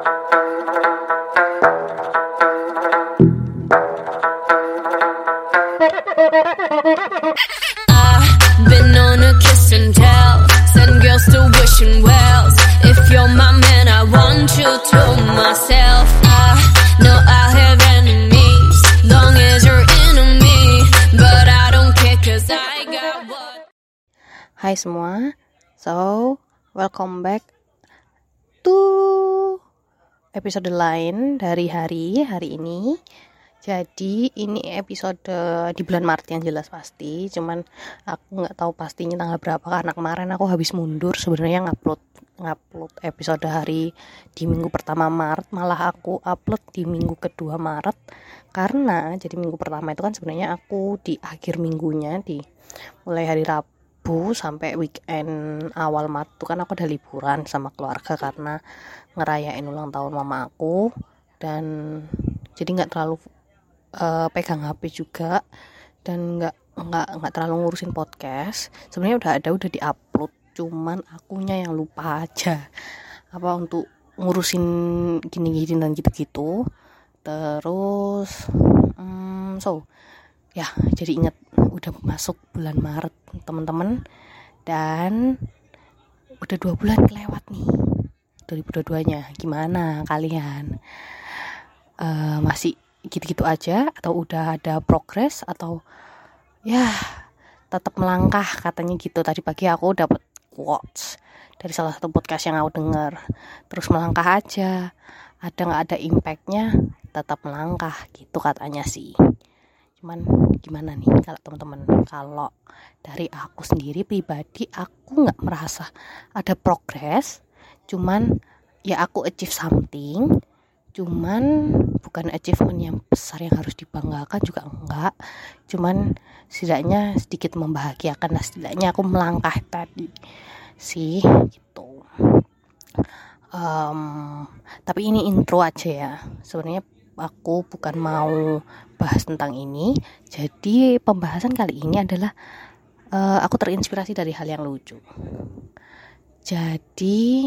I've been on a kiss and tell, send girls to wishing wells. If you're my man, I want you to myself. I know I have enemies, long as you're into me, but I don't care cause I got what. Hai semua, so welcome back to episode lain dari hari ini. Jadi ini episode di bulan Maret yang jelas pasti, cuman aku nggak tahu pastinya tanggal berapa karena kemarin aku habis mundur sebenarnya ngupload episode hari di minggu pertama Maret, malah aku upload di minggu kedua Maret karena jadi minggu pertama itu kan sebenarnya aku di akhir minggunya di mulai hari Rabu sampai weekend awal Maret itu kan aku ada liburan sama keluarga karena ngerayain ulang tahun mama aku dan jadi nggak terlalu pegang HP juga dan nggak terlalu ngurusin podcast. Sebenarnya udah diupload, cuman akunya yang lupa aja apa untuk ngurusin gini-gini dan gitu-gitu. Terus ya jadi ingat udah masuk bulan Maret teman-teman dan udah 2 bulan kelewat nih 2022-nya. Gimana kalian? Masih gitu-gitu aja atau udah ada progres atau ya tetap melangkah katanya gitu. Tadi pagi aku dapat quotes dari salah satu podcast yang aku dengar, terus melangkah aja, ada nggak ada impactnya tetap melangkah gitu katanya sih. Cuman gimana nih kalau teman-teman, kalau dari aku sendiri pribadi aku nggak merasa ada progres, cuman ya aku achieve something, cuman bukan achievement yang besar yang harus dibanggakan juga enggak, cuman setidaknya sedikit membahagiakan lah, setidaknya aku melangkah tadi sih gitu. Tapi ini intro aja ya, sebenarnya aku bukan mau bahas tentang ini. Jadi pembahasan kali ini adalah aku terinspirasi dari hal yang lucu. Jadi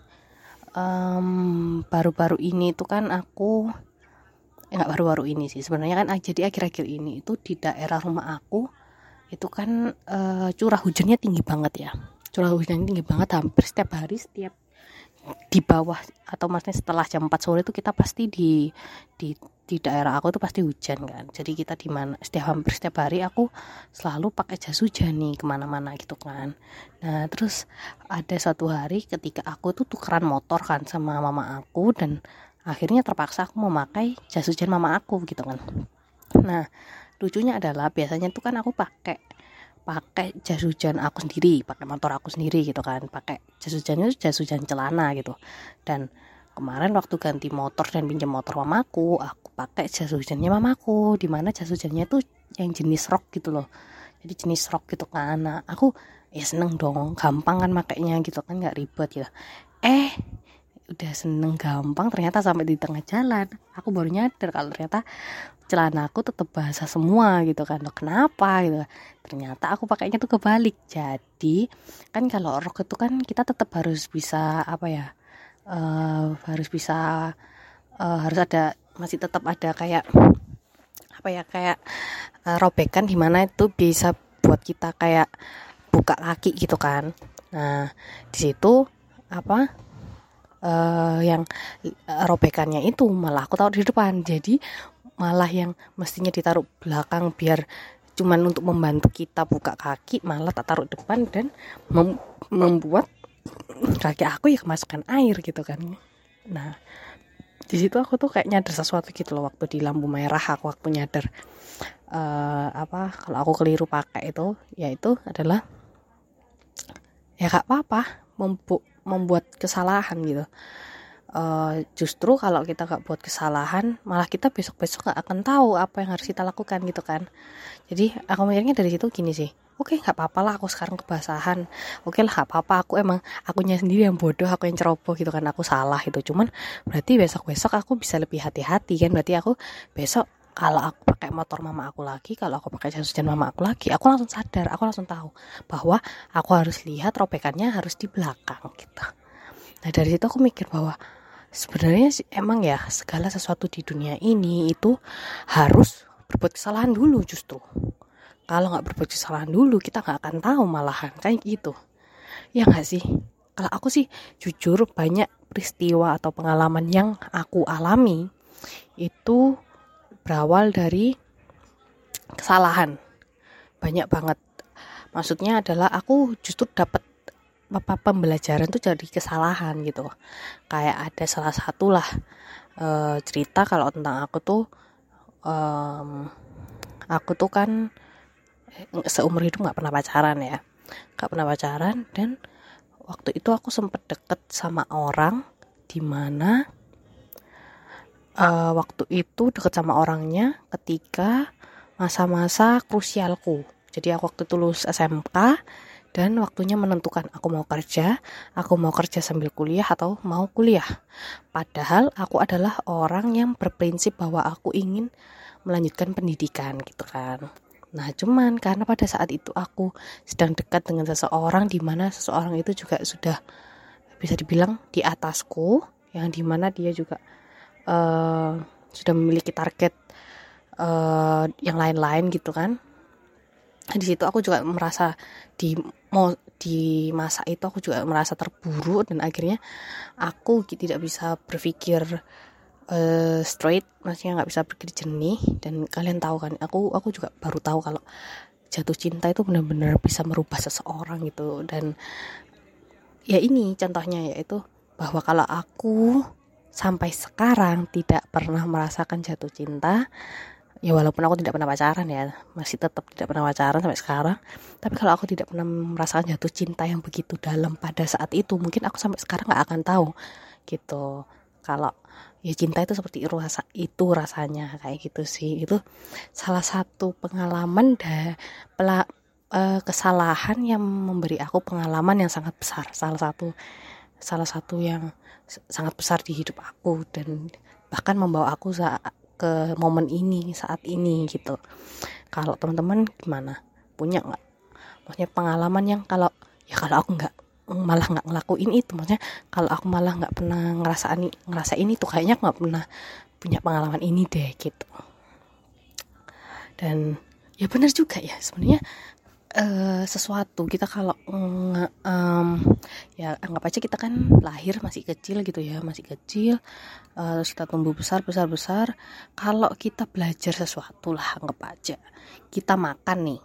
baru-baru ini itu kan aku nggak baru-baru ini sih sebenarnya kan, jadi akhir-akhir ini itu di daerah rumah aku itu kan curah hujannya tinggi banget ya, hampir setiap hari, setiap di bawah atau maksudnya setelah jam 4 sore itu kita pasti di daerah aku itu pasti hujan kan. Jadi kita di mana hampir setiap hari aku selalu pakai jas hujan nih kemana-mana gitu kan. Nah terus ada suatu hari ketika aku tuh tukeran motor kan sama mama aku dan akhirnya terpaksa aku memakai jas hujan mama aku gitu kan. Nah lucunya adalah biasanya tuh kan aku pakai jas hujan aku sendiri, pakai motor aku sendiri gitu kan, pakai jas hujan celana gitu. Dan kemarin waktu ganti motor dan pinjam motor mamaku, aku pakai jas hujannya mamaku, di mana jas hujannya tuh yang jenis rok gitu loh. Jadi jenis rok gitu kan. Nah aku ya seneng dong, gampang kan makainya gitu kan, nggak ribet gitu. Udah seneng gampang, ternyata sampai di tengah jalan aku baru nyadar kalau ternyata celana aku tetap basah semua gitu kan. Loh kenapa gitu, ternyata aku pakainya tuh kebalik. Jadi kan kalau rok itu kan kita tetap harus bisa harus ada, masih tetap ada kayak robekan di mana itu bisa buat kita kayak buka kaki gitu kan. Nah di situ yang robekannya itu malah aku taruh di depan, jadi malah yang mestinya ditaruh belakang biar cuman untuk membantu kita buka kaki, malah tak taruh depan dan membuat kaki aku ya kemasukan air gitu kan. Nah di situ aku tuh kayak nyadar sesuatu gitu loh, waktu di lampu merah aku nyadar kalau aku keliru pakai itu, yaitu adalah ya gak apa-apa membuat kesalahan gitu. Justru kalau kita gak buat kesalahan, malah kita besok-besok gak akan tahu apa yang harus kita lakukan gitu kan. Jadi aku mikirnya dari situ gini sih, oke, gak apa-apa lah aku sekarang kebasahan, oke lah gak apa-apa, akunya sendiri yang bodoh, aku yang ceroboh gitu kan, aku salah gitu. Cuman berarti besok-besok aku bisa lebih hati-hati kan, berarti aku besok kalau aku pakai motor mama aku lagi, kalau aku pakai jas hujan mama aku lagi, aku langsung sadar, aku langsung tahu bahwa aku harus lihat robekannya harus di belakang gitu. Nah dari situ aku mikir bahwa sebenarnya emang ya segala sesuatu di dunia ini itu harus berbuat kesalahan dulu justru. Kalau nggak berbuat kesalahan dulu kita nggak akan tahu malahan kayak gitu. Ya nggak sih? Kalau aku sih jujur banyak peristiwa atau pengalaman yang aku alami itu berawal dari kesalahan. Banyak banget. Maksudnya adalah aku justru dapat pembelajaran tuh dari kesalahan gitu. Kayak ada salah satu lah cerita kalau tentang aku tuh kan seumur hidup nggak pernah pacaran ya, nggak pernah pacaran. Dan waktu itu aku sempet deket sama orang dimana waktu itu deket sama orangnya ketika masa-masa krusialku. Jadi aku waktu itu lulus SMK dan waktunya menentukan aku mau kerja sambil kuliah atau mau kuliah. Padahal aku adalah orang yang berprinsip bahwa aku ingin melanjutkan pendidikan gitu kan. Nah cuman karena pada saat itu aku sedang dekat dengan seseorang di mana seseorang itu juga sudah bisa dibilang di atasku, yang dimana dia juga sudah memiliki target yang lain-lain gitu kan. Di situ aku juga merasa di masa itu aku juga merasa terburu dan akhirnya aku tidak bisa berpikir straight, maksudnya nggak bisa berpikir jernih. Dan kalian tahu kan, aku juga baru tahu kalau jatuh cinta itu benar-benar bisa merubah seseorang gitu. Dan ya ini contohnya yaitu bahwa kalau aku sampai sekarang tidak pernah merasakan jatuh cinta, ya walaupun aku tidak pernah pacaran ya, masih tetap tidak pernah pacaran sampai sekarang, tapi kalau aku tidak pernah merasakan jatuh cinta yang begitu dalam pada saat itu, mungkin aku sampai sekarang gak akan tahu gitu kalau ya cinta itu seperti itu rasanya kayak gitu sih. Itu salah satu pengalaman kesalahan yang memberi aku pengalaman yang sangat besar, salah satu yang sangat besar di hidup aku dan bahkan membawa aku ke momen ini saat ini gitu. Kalau teman-teman gimana? Punya nggak? Maksudnya pengalaman yang kalau aku malah nggak ngelakuin itu, maksudnya kalau aku malah nggak pernah ngerasain itu, kayaknya aku nggak pernah punya pengalaman ini deh gitu. Dan ya benar juga ya sebenarnya sesuatu kita kalau ya anggap aja kita kan lahir masih kecil gitu ya, terus kita tumbuh besar. Kalau kita belajar sesuatu lah, anggap aja kita makan,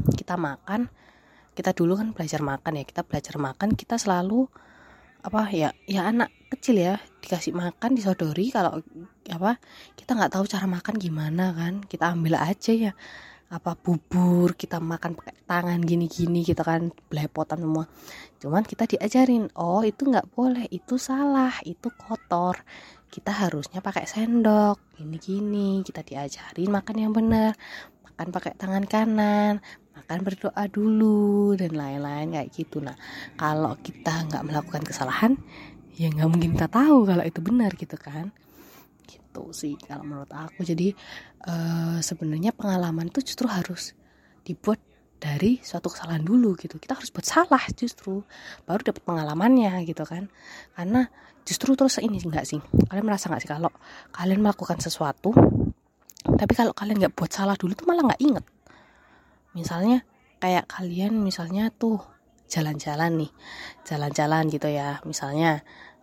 kita dulu kan belajar makan, kita selalu ya anak kecil ya dikasih makan, disodori, kalau kita nggak tahu cara makan gimana kan, kita ambil aja ya bubur, kita makan pakai tangan gini-gini gitu kan, belepotan semua. Cuman kita diajarin, oh itu nggak boleh, itu salah, itu kotor, kita harusnya pakai sendok gini-gini. Kita diajarin makan yang benar, makan pakai tangan kanan, makan berdoa dulu dan lain-lain kayak gitu. Nah kalau kita nggak melakukan kesalahan ya nggak mungkin kita tahu kalau itu benar gitu kan. Gitu sih kalau menurut aku. Jadi sebenarnya pengalaman itu justru harus dibuat dari suatu kesalahan dulu gitu. Kita harus buat salah justru baru dapat pengalamannya gitu kan. Karena justru terus ini enggak sih, kalian merasa enggak sih kalau kalian melakukan sesuatu tapi kalau kalian nggak buat salah dulu tuh malah nggak inget. Misalnya kayak kalian misalnya tuh jalan-jalan gitu ya, misalnya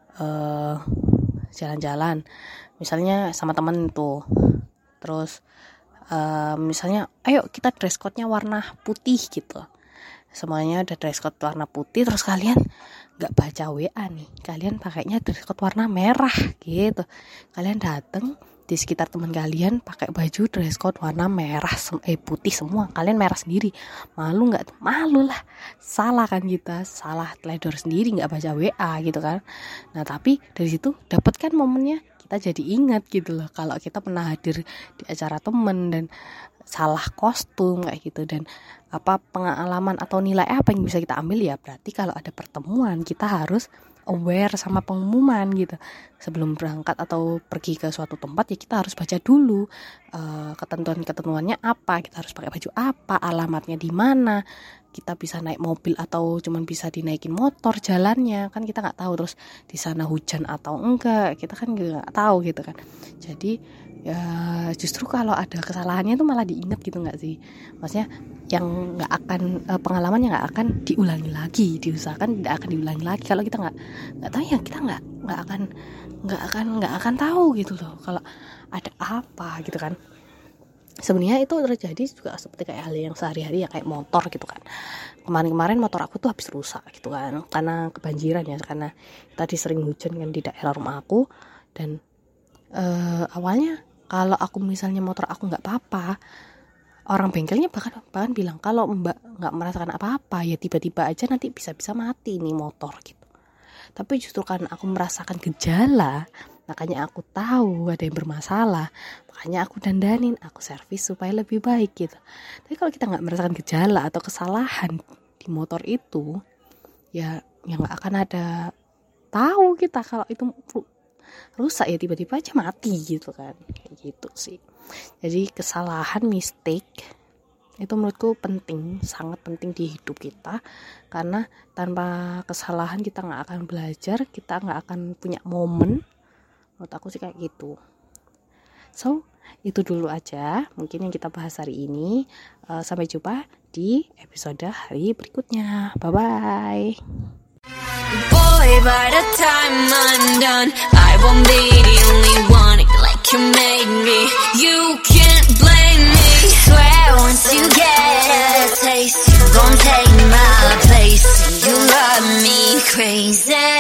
jalan-jalan misalnya sama temen tuh, terus misalnya ayo kita dress code-nya warna putih gitu, semuanya ada dress code warna putih, terus kalian nggak baca WA nih, kalian pakainya dress code warna merah gitu. Kalian dateng di sekitar teman kalian pakai baju dress code warna merah putih semua, kalian merah sendiri, malu nggak? Malu lah, salah kan, kita salah teledor sendiri nggak baca WA gitu kan. Nah tapi dari situ dapat kan momennya, kita jadi ingat gitu loh kalau kita pernah hadir di acara temen dan salah kostum kayak gitu. Dan pengalaman atau nilai apa yang bisa kita ambil ya, berarti kalau ada pertemuan kita harus aware sama pengumuman gitu. Sebelum berangkat atau pergi ke suatu tempat ya kita harus baca dulu ketentuannya apa, kita harus pakai baju apa, alamatnya di mana, kita bisa naik mobil atau cuman bisa dinaikin motor jalannya, kan kita nggak tahu terus di sana hujan atau enggak, kita kan nggak tahu gitu kan. Jadi ya justru kalau ada kesalahannya tuh malah diingat gitu nggak sih, maksudnya yang nggak akan pengalaman yang nggak akan diulangi lagi, diusahakan tidak akan diulangi lagi. Kalau kita nggak tahu ya kita nggak akan tahu gitu loh kalau ada apa gitu kan. Sebenarnya itu terjadi juga seperti kayak hal yang sehari-hari ya, kayak motor gitu kan. Kemarin motor aku tuh habis rusak gitu kan, karena kebanjiran ya, karena tadi sering hujan kan di daerah rumah aku. Dan awalnya kalau aku misalnya motor aku nggak apa-apa, orang bengkelnya bahkan bilang kalau mbak nggak merasakan apa-apa ya tiba-tiba aja nanti bisa-bisa mati nih motor gitu. Tapi justru karena aku merasakan gejala, makanya aku tahu ada yang bermasalah, makanya aku dandanin, aku servis supaya lebih baik gitu. Tapi kalau kita nggak merasakan gejala atau kesalahan di motor itu, ya nggak akan ada tahu kita kalau itu rusak, ya tiba-tiba aja mati gitu kan, kayak gitu sih. Jadi kesalahan, mistake itu menurutku penting, sangat penting di hidup kita, karena tanpa kesalahan kita nggak akan belajar, kita nggak akan punya momen. Menurut aku sih kayak gitu. So itu dulu aja mungkin yang kita bahas hari ini. Sampai jumpa di episode hari berikutnya. Bye bye. Boy, by the time I'm done, I won't be the only one like you made me. You can't blame me. Swear once you get a taste, you gon' take my place. You love me crazy.